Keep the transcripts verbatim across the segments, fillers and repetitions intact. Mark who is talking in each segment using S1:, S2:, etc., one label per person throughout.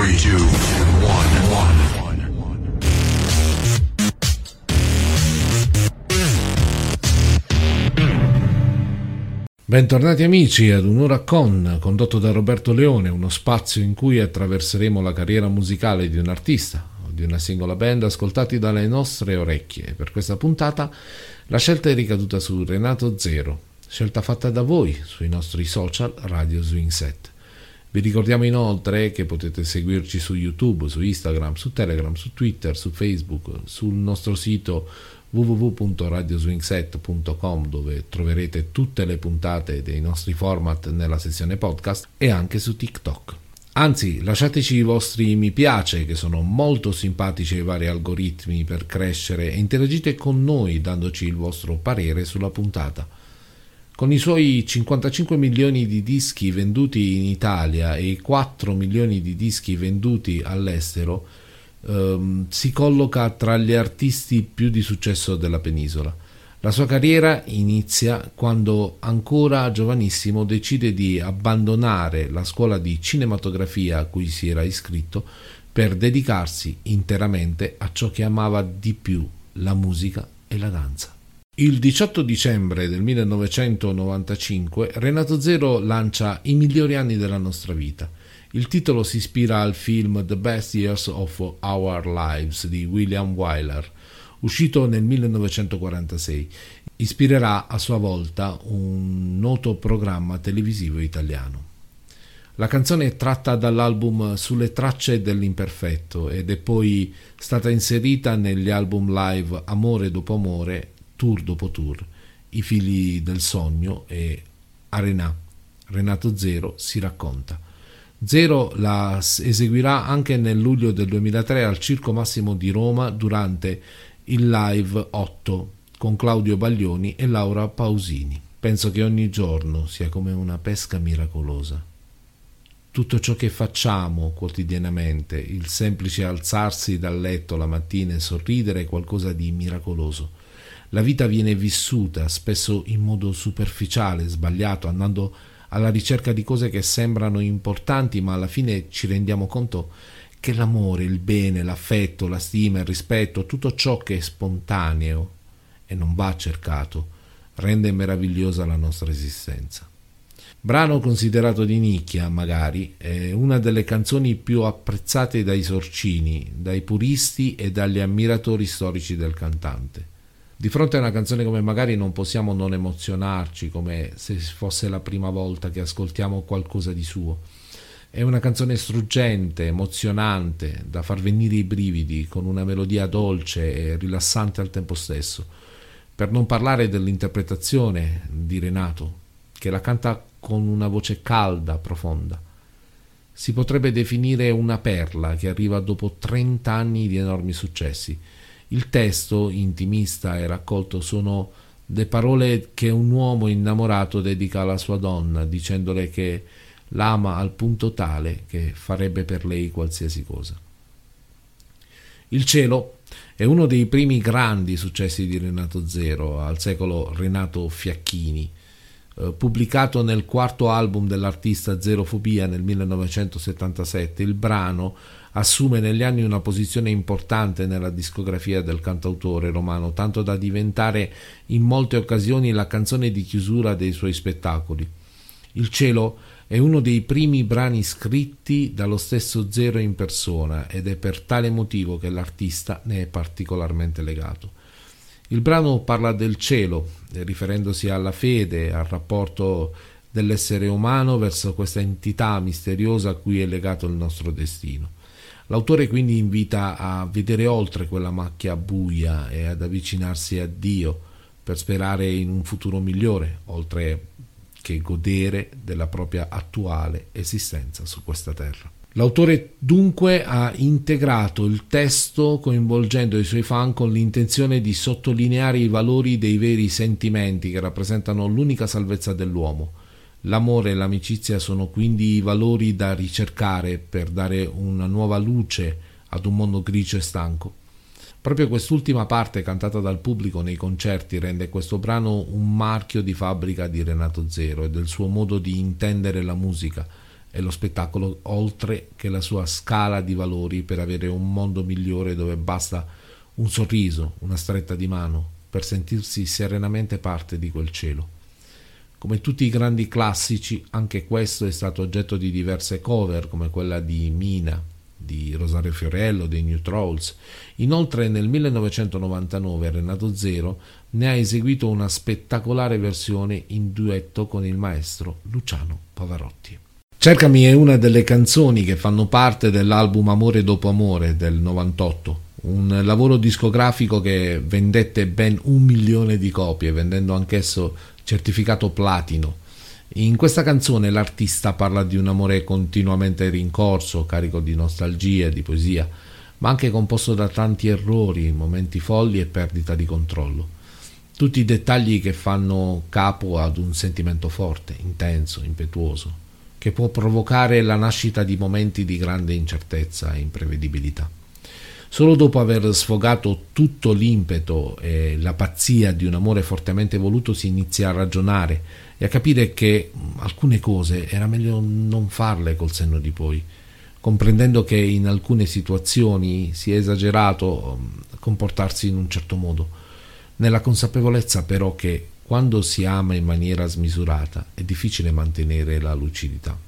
S1: three, two, one, one.
S2: Bentornati amici ad Un'ora con, condotto da Roberto Leone, uno spazio in cui attraverseremo la carriera musicale di un artista o di una singola band ascoltati dalle nostre orecchie. Per questa puntata la scelta è ricaduta su Renato Zero, scelta fatta da voi sui nostri social Radio Swing Set. Vi ricordiamo inoltre che potete seguirci su YouTube, su Instagram, su Telegram, su Twitter, su Facebook, sul nostro sito w w w punto radio swing set punto com, dove troverete tutte le puntate dei nostri format nella sezione podcast, e anche su TikTok. Anzi, lasciateci i vostri mi piace, che sono molto simpatici ai vari algoritmi per crescere, e interagite con noi dandoci il vostro parere sulla puntata. Con i suoi cinquantacinque milioni di dischi venduti in Italia e i quattro milioni di dischi venduti all'estero, ehm, si colloca tra gli artisti più di successo della penisola. La sua carriera inizia quando, ancora giovanissimo, decide di abbandonare la scuola di cinematografia a cui si era iscritto per dedicarsi interamente a ciò che amava di più, la musica e la danza. Il diciotto dicembre del millenovecentonovantacinque Renato Zero lancia I migliori anni della nostra vita. Il titolo si ispira al film The Best Years of Our Lives di William Wyler, uscito nel millenovecentoquarantasei. Ispirerà a sua volta un noto programma televisivo italiano. La canzone è tratta dall'album Sulle tracce dell'imperfetto ed è poi stata inserita negli album live Amore dopo amore, Tour dopo tour, I figli del sogno e Arena. Renato Zero si racconta. Zero la eseguirà anche nel luglio del duemilatré al Circo Massimo di Roma durante il live otto con Claudio Baglioni e Laura Pausini. Penso che ogni giorno sia come una pesca miracolosa. Tutto ciò che facciamo quotidianamente, il semplice alzarsi dal letto la mattina e sorridere, è qualcosa di miracoloso. La vita viene vissuta spesso in modo superficiale, sbagliato, andando alla ricerca di cose che sembrano importanti, ma alla fine ci rendiamo conto che l'amore, il bene, l'affetto, la stima, il rispetto, tutto ciò che è spontaneo e non va cercato, rende meravigliosa la nostra esistenza. Brano considerato di nicchia, magari, è una delle canzoni più apprezzate dai sorcini, dai puristi e dagli ammiratori storici del cantante. Di fronte a una canzone come Magari non possiamo non emozionarci, come se fosse la prima volta che ascoltiamo qualcosa di suo. È una canzone struggente, emozionante, da far venire i brividi, con una melodia dolce e rilassante al tempo stesso. Per non parlare dell'interpretazione di Renato, che la canta con una voce calda, profonda. Si potrebbe definire una perla che arriva dopo trenta anni di enormi successi. Il testo, intimista e raccolto, sono le parole che un uomo innamorato dedica alla sua donna, dicendole che l'ama al punto tale che farebbe per lei qualsiasi cosa. Il cielo è uno dei primi grandi successi di Renato Zero, al secolo Renato Fiacchini. Eh, pubblicato nel quarto album dell'artista Zerofobia nel millenovecentosettantasette, il brano assume negli anni una posizione importante nella discografia del cantautore romano, tanto da diventare in molte occasioni la canzone di chiusura dei suoi spettacoli. Il cielo è uno dei primi brani scritti dallo stesso Zero in persona ed è per tale motivo che l'artista ne è particolarmente legato. Il brano parla del cielo, riferendosi alla fede, al rapporto dell'essere umano verso questa entità misteriosa a cui è legato il nostro destino. L'autore quindi invita a vedere oltre quella macchia buia e ad avvicinarsi a Dio per sperare in un futuro migliore, oltre che godere della propria attuale esistenza su questa terra. L'autore dunque ha integrato il testo coinvolgendo i suoi fan con l'intenzione di sottolineare i valori dei veri sentimenti che rappresentano l'unica salvezza dell'uomo. L'amore e l'amicizia sono quindi i valori da ricercare per dare una nuova luce ad un mondo grigio e stanco. Proprio quest'ultima parte cantata dal pubblico nei concerti rende questo brano un marchio di fabbrica di Renato Zero e del suo modo di intendere la musica e lo spettacolo oltre che la sua scala di valori per avere un mondo migliore dove basta un sorriso, una stretta di mano per sentirsi serenamente parte di quel cielo. Come tutti i grandi classici, anche questo è stato oggetto di diverse cover, come quella di Mina, di Rosario Fiorello, dei New Trolls. Inoltre nel millenovecentonovantanove Renato Zero ne ha eseguito una spettacolare versione in duetto con il maestro Luciano Pavarotti. Cercami è una delle canzoni che fanno parte dell'album Amore dopo amore del novantotto, un lavoro discografico che vendette ben un milione di copie, vendendo anch'esso certificato platino. In questa canzone l'artista parla di un amore continuamente rincorso, carico di nostalgia e di poesia, ma anche composto da tanti errori, momenti folli e perdita di controllo. Tutti i dettagli che fanno capo ad un sentimento forte, intenso, impetuoso, che può provocare la nascita di momenti di grande incertezza e imprevedibilità. Solo dopo aver sfogato tutto l'impeto e la pazzia di un amore fortemente voluto si inizia a ragionare e a capire che alcune cose era meglio non farle col senno di poi, comprendendo che in alcune situazioni si è esagerato comportarsi in un certo modo, nella consapevolezza però che quando si ama in maniera smisurata è difficile mantenere la lucidità.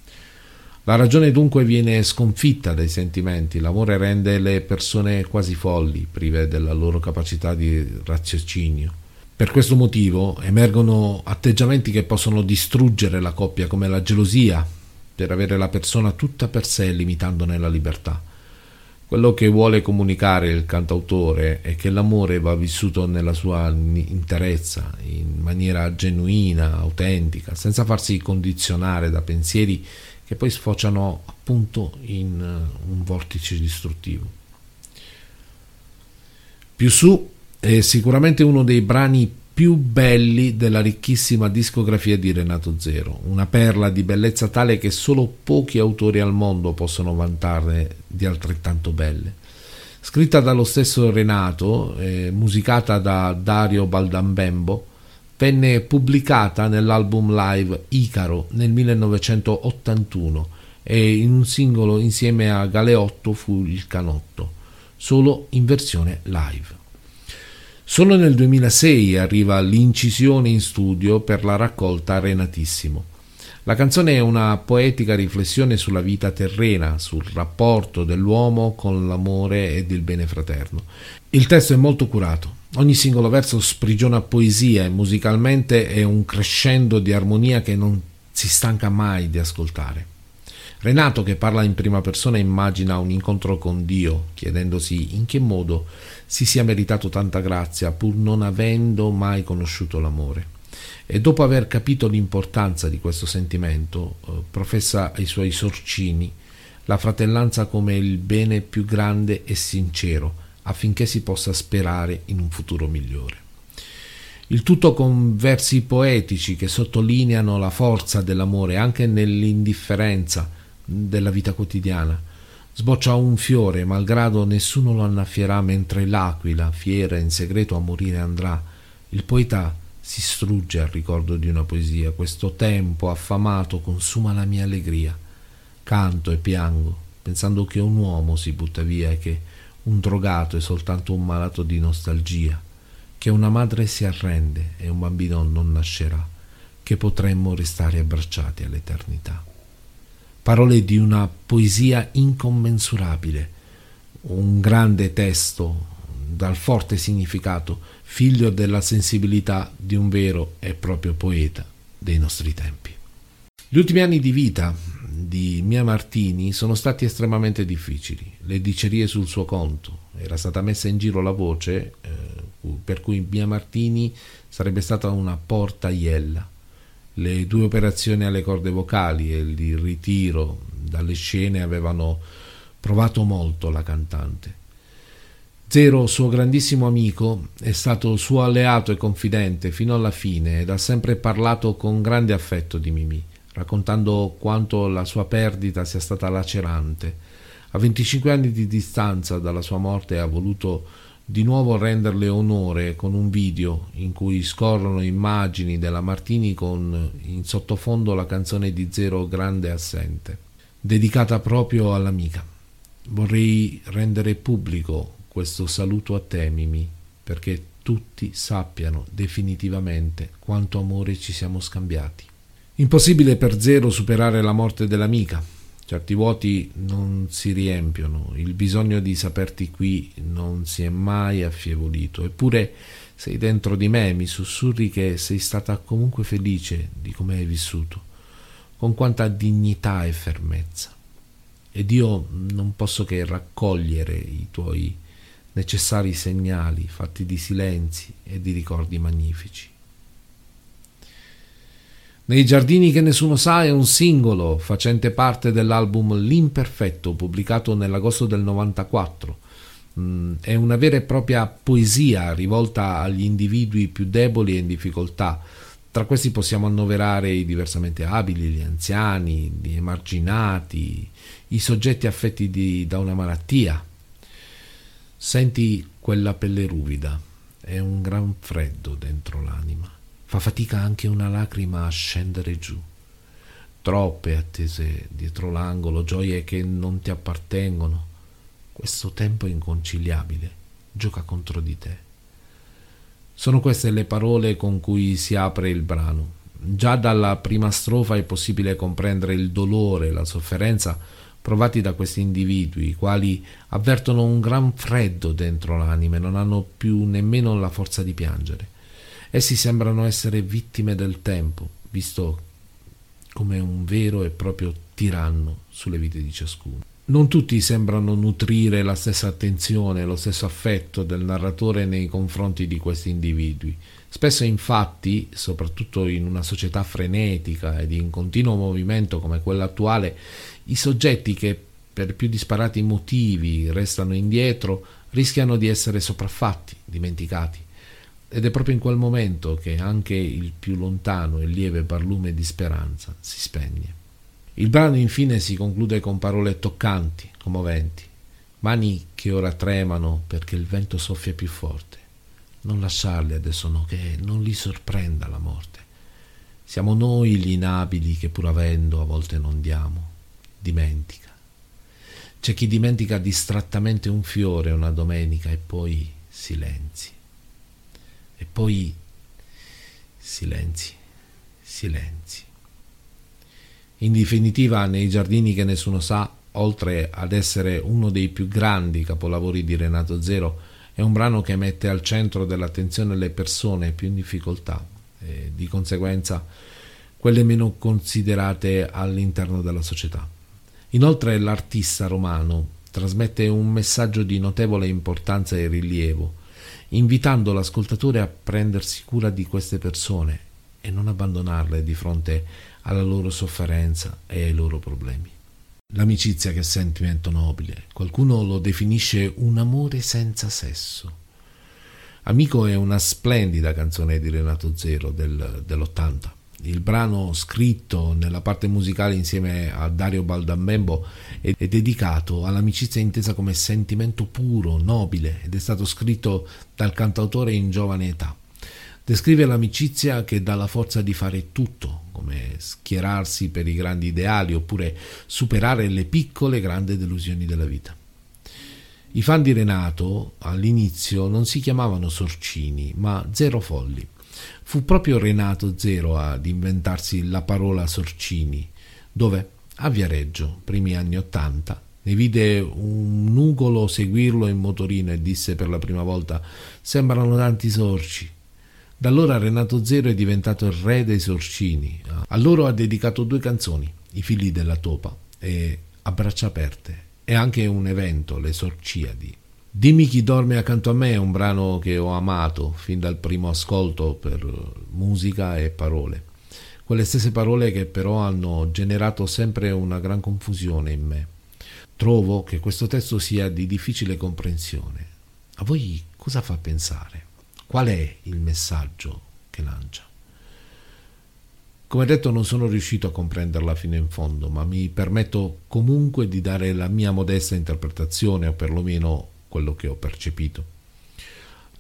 S2: La ragione dunque viene sconfitta dai sentimenti, l'amore rende le persone quasi folli, prive della loro capacità di raziocinio. Per questo motivo emergono atteggiamenti che possono distruggere la coppia, come la gelosia, per avere la persona tutta per sé, limitandone la libertà. Quello che vuole comunicare il cantautore è che l'amore va vissuto nella sua interezza, in maniera genuina, autentica, senza farsi condizionare da pensieri che poi sfociano appunto in un vortice distruttivo. Più su è sicuramente uno dei brani più belli della ricchissima discografia di Renato Zero, una perla di bellezza tale che solo pochi autori al mondo possono vantarne di altrettanto belle. Scritta dallo stesso Renato, eh, musicata da Dario Baldambembo, venne pubblicata nell'album live Icaro nel millenovecentottantuno e in un singolo insieme a Galeotto fu Il Canotto, solo in versione live. Solo nel duemilasei arriva l'incisione in studio per la raccolta Renatissimo. La canzone è una poetica riflessione sulla vita terrena, sul rapporto dell'uomo con l'amore ed il bene fraterno. Il testo è molto curato. Ogni singolo verso sprigiona poesia e musicalmente è un crescendo di armonia che non si stanca mai di ascoltare. Renato, che parla in prima persona, immagina un incontro con Dio, chiedendosi in che modo si sia meritato tanta grazia pur non avendo mai conosciuto l'amore. E dopo aver capito l'importanza di questo sentimento, eh, professa ai suoi sorcini la fratellanza come il bene più grande e sincero, affinché si possa sperare in un futuro migliore. Il tutto con versi poetici che sottolineano la forza dell'amore anche nell'indifferenza della vita quotidiana. Sboccia un fiore, malgrado nessuno lo annaffierà, mentre l'aquila, fiera in segreto a morire andrà. Il poeta si strugge al ricordo di una poesia. Questo tempo affamato consuma la mia allegria. Canto e piango, pensando che un uomo si butta via e che un drogato è soltanto un malato di nostalgia, che una madre si arrende e un bambino non nascerà, che potremmo restare abbracciati all'eternità. Parole di una poesia incommensurabile, un grande testo dal forte significato, figlio della sensibilità di un vero e proprio poeta dei nostri tempi. Gli ultimi anni di vita di Mia Martini sono stati estremamente difficili. Le dicerie sul suo conto, era stata messa in giro la voce eh, per cui Mia Martini sarebbe stata una portaiella. Le due operazioni alle corde vocali e il ritiro dalle scene avevano provato molto la cantante. Zero, suo grandissimo amico, è stato suo alleato e confidente fino alla fine ed ha sempre parlato con grande affetto di Mimì, raccontando quanto la sua perdita sia stata lacerante. A venticinque anni di distanza dalla sua morte ha voluto di nuovo renderle onore con un video in cui scorrono immagini della Martini con in sottofondo la canzone di Zero Grande Assente, dedicata proprio all'amica. Vorrei rendere pubblico questo saluto a te, Mimì, perché tutti sappiano definitivamente quanto amore ci siamo scambiati. Impossibile per Zero superare la morte dell'amica. Certi vuoti non si riempiono, il bisogno di saperti qui non si è mai affievolito, eppure sei dentro di me, mi sussurri che sei stata comunque felice di come hai vissuto, con quanta dignità e fermezza. Ed io non posso che raccogliere i tuoi necessari segnali fatti di silenzi e di ricordi magnifici. Nei giardini che nessuno sa è un singolo facente parte dell'album L'Imperfetto, pubblicato nell'agosto del novantaquattro. Mm, è una vera e propria poesia rivolta agli individui più deboli e in difficoltà. Tra questi possiamo annoverare i diversamente abili, gli anziani, gli emarginati, i soggetti affetti di, da una malattia. Senti quella pelle ruvida, è un gran freddo dentro l'anima. Fa fatica anche una lacrima a scendere giù. Troppe attese dietro l'angolo, gioie che non ti appartengono. Questo tempo inconciliabile gioca contro di te. Sono queste le parole con cui si apre il brano. Già dalla prima strofa è possibile comprendere il dolore e la sofferenza provati da questi individui, i quali avvertono un gran freddo dentro l'anima e non hanno più nemmeno la forza di piangere. Essi sembrano essere vittime del tempo, visto come un vero e proprio tiranno sulle vite di ciascuno. Non tutti sembrano nutrire la stessa attenzione, lo stesso affetto del narratore nei confronti di questi individui. Spesso, infatti, soprattutto in una società frenetica ed in continuo movimento come quella attuale, i soggetti che per più disparati motivi restano indietro rischiano di essere sopraffatti, dimenticati. Ed è proprio in quel momento che anche il più lontano e lieve barlume di speranza si spegne. Il brano infine si conclude con parole toccanti, commoventi. Mani che ora tremano perché il vento soffia più forte. Non lasciarli adesso, no, che non li sorprenda la morte. Siamo noi gli inabili che pur avendo a volte non diamo. Dimentica. C'è chi dimentica distrattamente un fiore una domenica e poi silenzi. E poi silenzi, silenzi. In definitiva, Nei giardini che nessuno sa, oltre ad essere uno dei più grandi capolavori di Renato Zero, è un brano che mette al centro dell'attenzione le persone più in difficoltà e di conseguenza quelle meno considerate all'interno della società. Inoltre l'artista romano trasmette un messaggio di notevole importanza e rilievo, invitando l'ascoltatore a prendersi cura di queste persone e non abbandonarle di fronte alla loro sofferenza e ai loro problemi. L'amicizia, che è sentimento nobile, qualcuno lo definisce un amore senza sesso. Amico è una splendida canzone di Renato Zero del, dell'ottanta. Il brano, scritto nella parte musicale insieme a Dario Baldambembo, è, è dedicato all'amicizia intesa come sentimento puro, nobile, ed è stato scritto dal cantautore in giovane età. Descrive l'amicizia che dà la forza di fare tutto, come schierarsi per i grandi ideali oppure superare le piccole grandi delusioni della vita. I fan di Renato all'inizio non si chiamavano Sorcini, ma Zero Folli. Fu proprio Renato Zero ad inventarsi la parola Sorcini, dove a Viareggio, primi anni Ottanta, ne vide un nugolo seguirlo in motorino e disse per la prima volta: «Sembrano tanti sorci». Da allora Renato Zero è diventato il re dei sorcini. A loro ha dedicato due canzoni, I figli della topa e A braccia aperte, e anche un evento, le Sorciadi. Dimmi chi dorme accanto a me è un brano che ho amato fin dal primo ascolto per musica e parole. Quelle stesse parole che però hanno generato sempre una gran confusione in me. Trovo che questo testo sia di difficile comprensione. A voi cosa fa pensare? Qual è il messaggio che lancia? Come detto, non sono riuscito a comprenderla fino in fondo, ma mi permetto comunque di dare la mia modesta interpretazione, o perlomeno quello che ho percepito.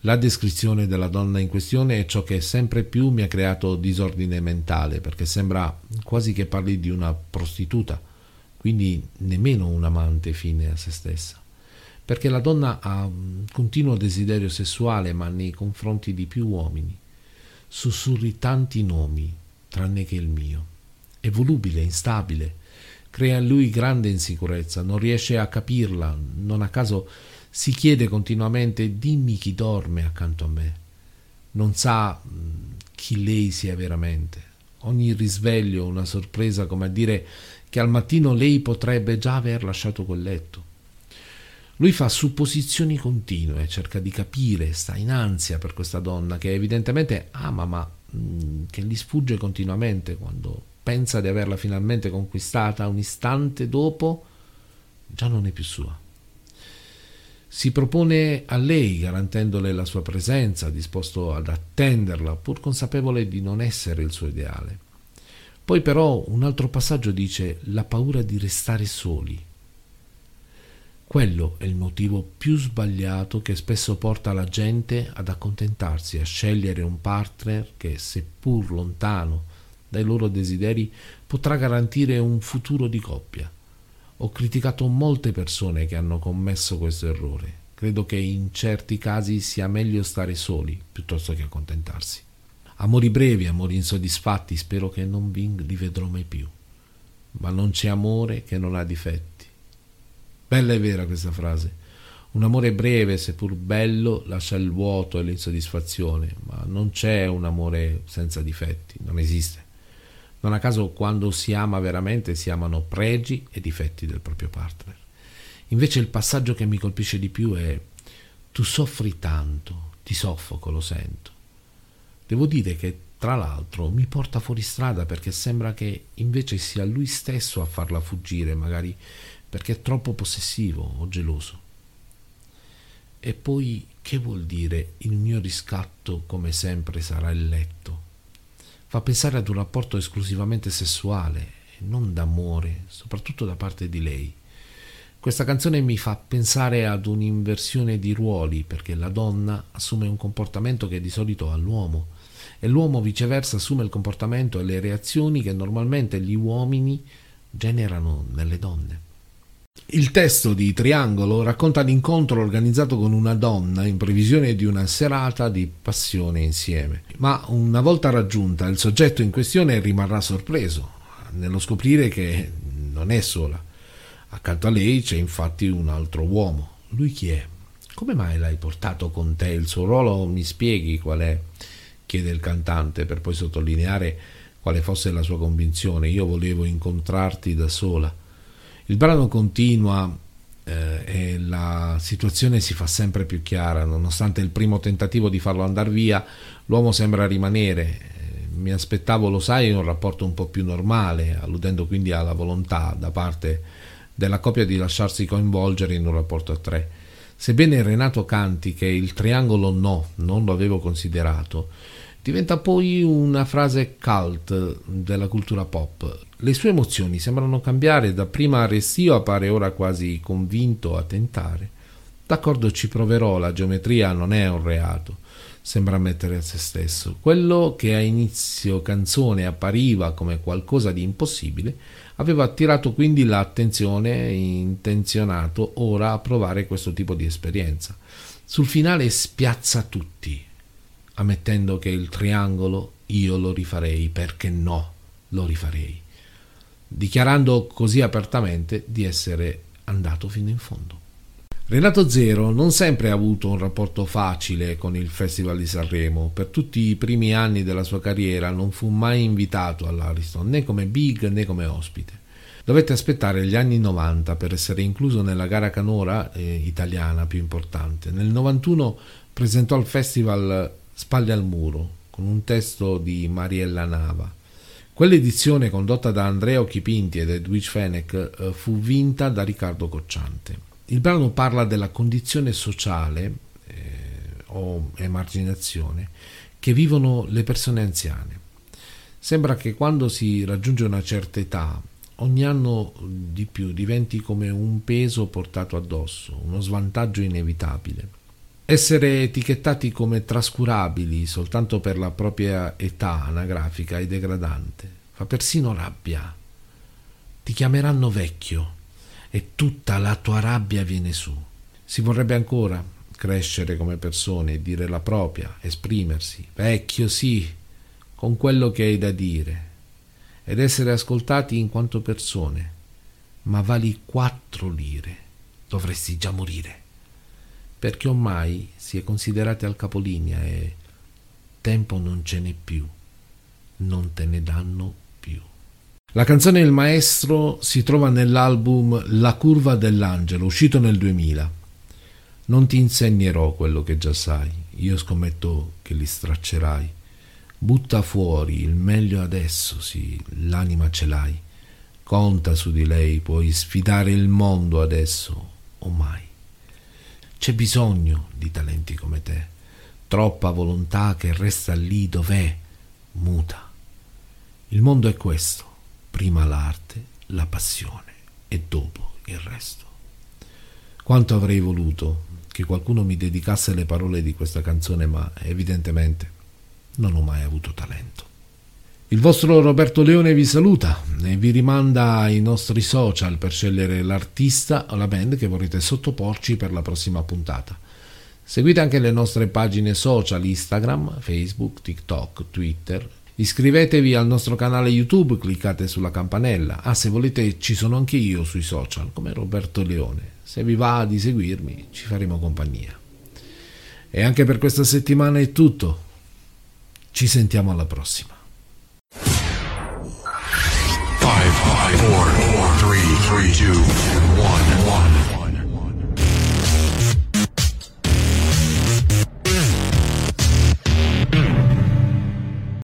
S2: La descrizione della donna in questione è ciò che sempre più mi ha creato disordine mentale, perché sembra quasi che parli di una prostituta, quindi nemmeno un amante fine a se stessa, perché la donna ha un continuo desiderio sessuale, ma nei confronti di più uomini. Sussurri tanti nomi, tranne che il mio. È volubile, instabile, crea in lui grande insicurezza, non riesce a capirla, non a caso si chiede continuamente dimmi chi dorme accanto a me. Non sa chi lei sia veramente. Ogni risveglio una sorpresa, come a dire che al mattino lei potrebbe già aver lasciato quel letto. Lui fa supposizioni continue, cerca di capire, sta in ansia per questa donna che evidentemente ama ma mh, che gli sfugge continuamente. Quando pensa di averla finalmente conquistata, un istante dopo già non è più sua. Si propone a lei, garantendole la sua presenza, disposto ad attenderla, pur consapevole di non essere il suo ideale. Poi però un altro passaggio dice la paura di restare soli. Quello è il motivo più sbagliato che spesso porta la gente ad accontentarsi, a scegliere un partner che, seppur lontano dai loro desideri, potrà garantire un futuro di coppia. Ho criticato molte persone che hanno commesso questo errore. Credo che in certi casi sia meglio stare soli piuttosto che accontentarsi. Amori brevi, amori insoddisfatti, spero che non vi rivedrò mai più. Ma non c'è amore che non ha difetti. Bella e vera questa frase. Un amore breve, seppur bello, lascia il vuoto e l'insoddisfazione, ma non c'è un amore senza difetti, non esiste. Non a caso quando si ama veramente si amano pregi e difetti del proprio partner. Invece il passaggio che mi colpisce di più è tu soffri tanto, ti soffoco, lo sento. Devo dire che tra l'altro mi porta fuori strada perché sembra che invece sia lui stesso a farla fuggire, magari perché è troppo possessivo o geloso. E poi che vuol dire il mio riscatto come sempre sarà il letto? Fa pensare ad un rapporto esclusivamente sessuale e non d'amore, soprattutto da parte di lei. Questa canzone mi fa pensare ad un'inversione di ruoli, perché la donna assume un comportamento che di solito ha l'uomo e l'uomo viceversa assume il comportamento e le reazioni che normalmente gli uomini generano nelle donne. Il testo di Triangolo racconta l'incontro organizzato con una donna in previsione di una serata di passione insieme. Ma una volta raggiunta, il soggetto in questione rimarrà sorpreso nello scoprire che non è sola. Accanto a lei c'è infatti un altro uomo. Lui chi è? Come mai l'hai portato con te? Il suo ruolo mi spieghi qual è? Chiede il cantante, per poi sottolineare quale fosse la sua convinzione. Io volevo incontrarti da sola. Il brano continua eh, e la situazione si fa sempre più chiara. Nonostante il primo tentativo di farlo andare via, l'uomo sembra rimanere. Eh, mi aspettavo, lo sai, un rapporto un po' più normale, alludendo quindi alla volontà da parte della coppia di lasciarsi coinvolgere in un rapporto a tre. Sebbene Renato canti che il triangolo no, non lo avevo considerato, diventa poi una frase cult della cultura pop. Le sue emozioni sembrano cambiare, da prima restio appare ora quasi convinto a tentare. D'accordo, ci proverò, la geometria non è un reato, sembra ammettere a se stesso. Quello che a inizio canzone appariva come qualcosa di impossibile aveva attirato quindi l'attenzione e intenzionato ora a provare questo tipo di esperienza. Sul finale spiazza tutti, ammettendo che il triangolo io lo rifarei, perché no, lo rifarei, dichiarando così apertamente di essere andato fino in fondo. Renato Zero non sempre ha avuto un rapporto facile con il Festival di Sanremo. Per tutti i primi anni della sua carriera non fu mai invitato all'Ariston, né come big né come ospite. Dovette aspettare gli anni novanta per essere incluso nella gara canora eh, italiana più importante. Nel novantuno presentò al festival Spalle al muro con un testo di Mariella Nava. Quell'edizione, condotta da Andrea Occhipinti ed Edwige Fenech, eh, fu vinta da Riccardo Cocciante. Il brano parla della condizione sociale eh, o emarginazione che vivono le persone anziane. Sembra che quando si raggiunge una certa età, ogni anno di più diventi come un peso portato addosso, uno svantaggio inevitabile. Essere etichettati come trascurabili soltanto per la propria età anagrafica è degradante, fa persino rabbia. Ti chiameranno vecchio e tutta la tua rabbia viene su. Si vorrebbe ancora crescere come persone e dire la propria, esprimersi. Vecchio sì, con quello che hai da dire, ed essere ascoltati in quanto persone. Ma vali quattro lire, dovresti già morire, perché ormai si è considerati al capolinea e tempo non ce n'è più, non te ne danno più. La canzone Il Maestro si trova nell'album La curva dell'angelo, uscito nel duemila. Non ti insegnerò quello che già sai, io scommetto che li straccerai. Butta fuori il meglio adesso, sì, l'anima ce l'hai. Conta su di lei, puoi sfidare il mondo adesso o mai. C'è bisogno di talenti come te, troppa volontà che resta lì dov'è, muta. Il mondo è questo, prima l'arte, la passione e dopo il resto. Quanto avrei voluto che qualcuno mi dedicasse le parole di questa canzone, ma evidentemente non ho mai avuto talento. Il vostro Roberto Leone vi saluta e vi rimanda ai nostri social per scegliere l'artista o la band che vorrete sottoporci per la prossima puntata. Seguite anche le nostre pagine social Instagram, Facebook, TikTok, Twitter. Iscrivetevi al nostro canale YouTube, cliccate sulla campanella. Ah, se volete ci sono anche io sui social, come Roberto Leone. Se vi va di seguirmi, ci faremo compagnia. E anche per questa settimana è tutto. Ci sentiamo alla prossima.
S1: Five, five, four, four, three, three, two, one, one.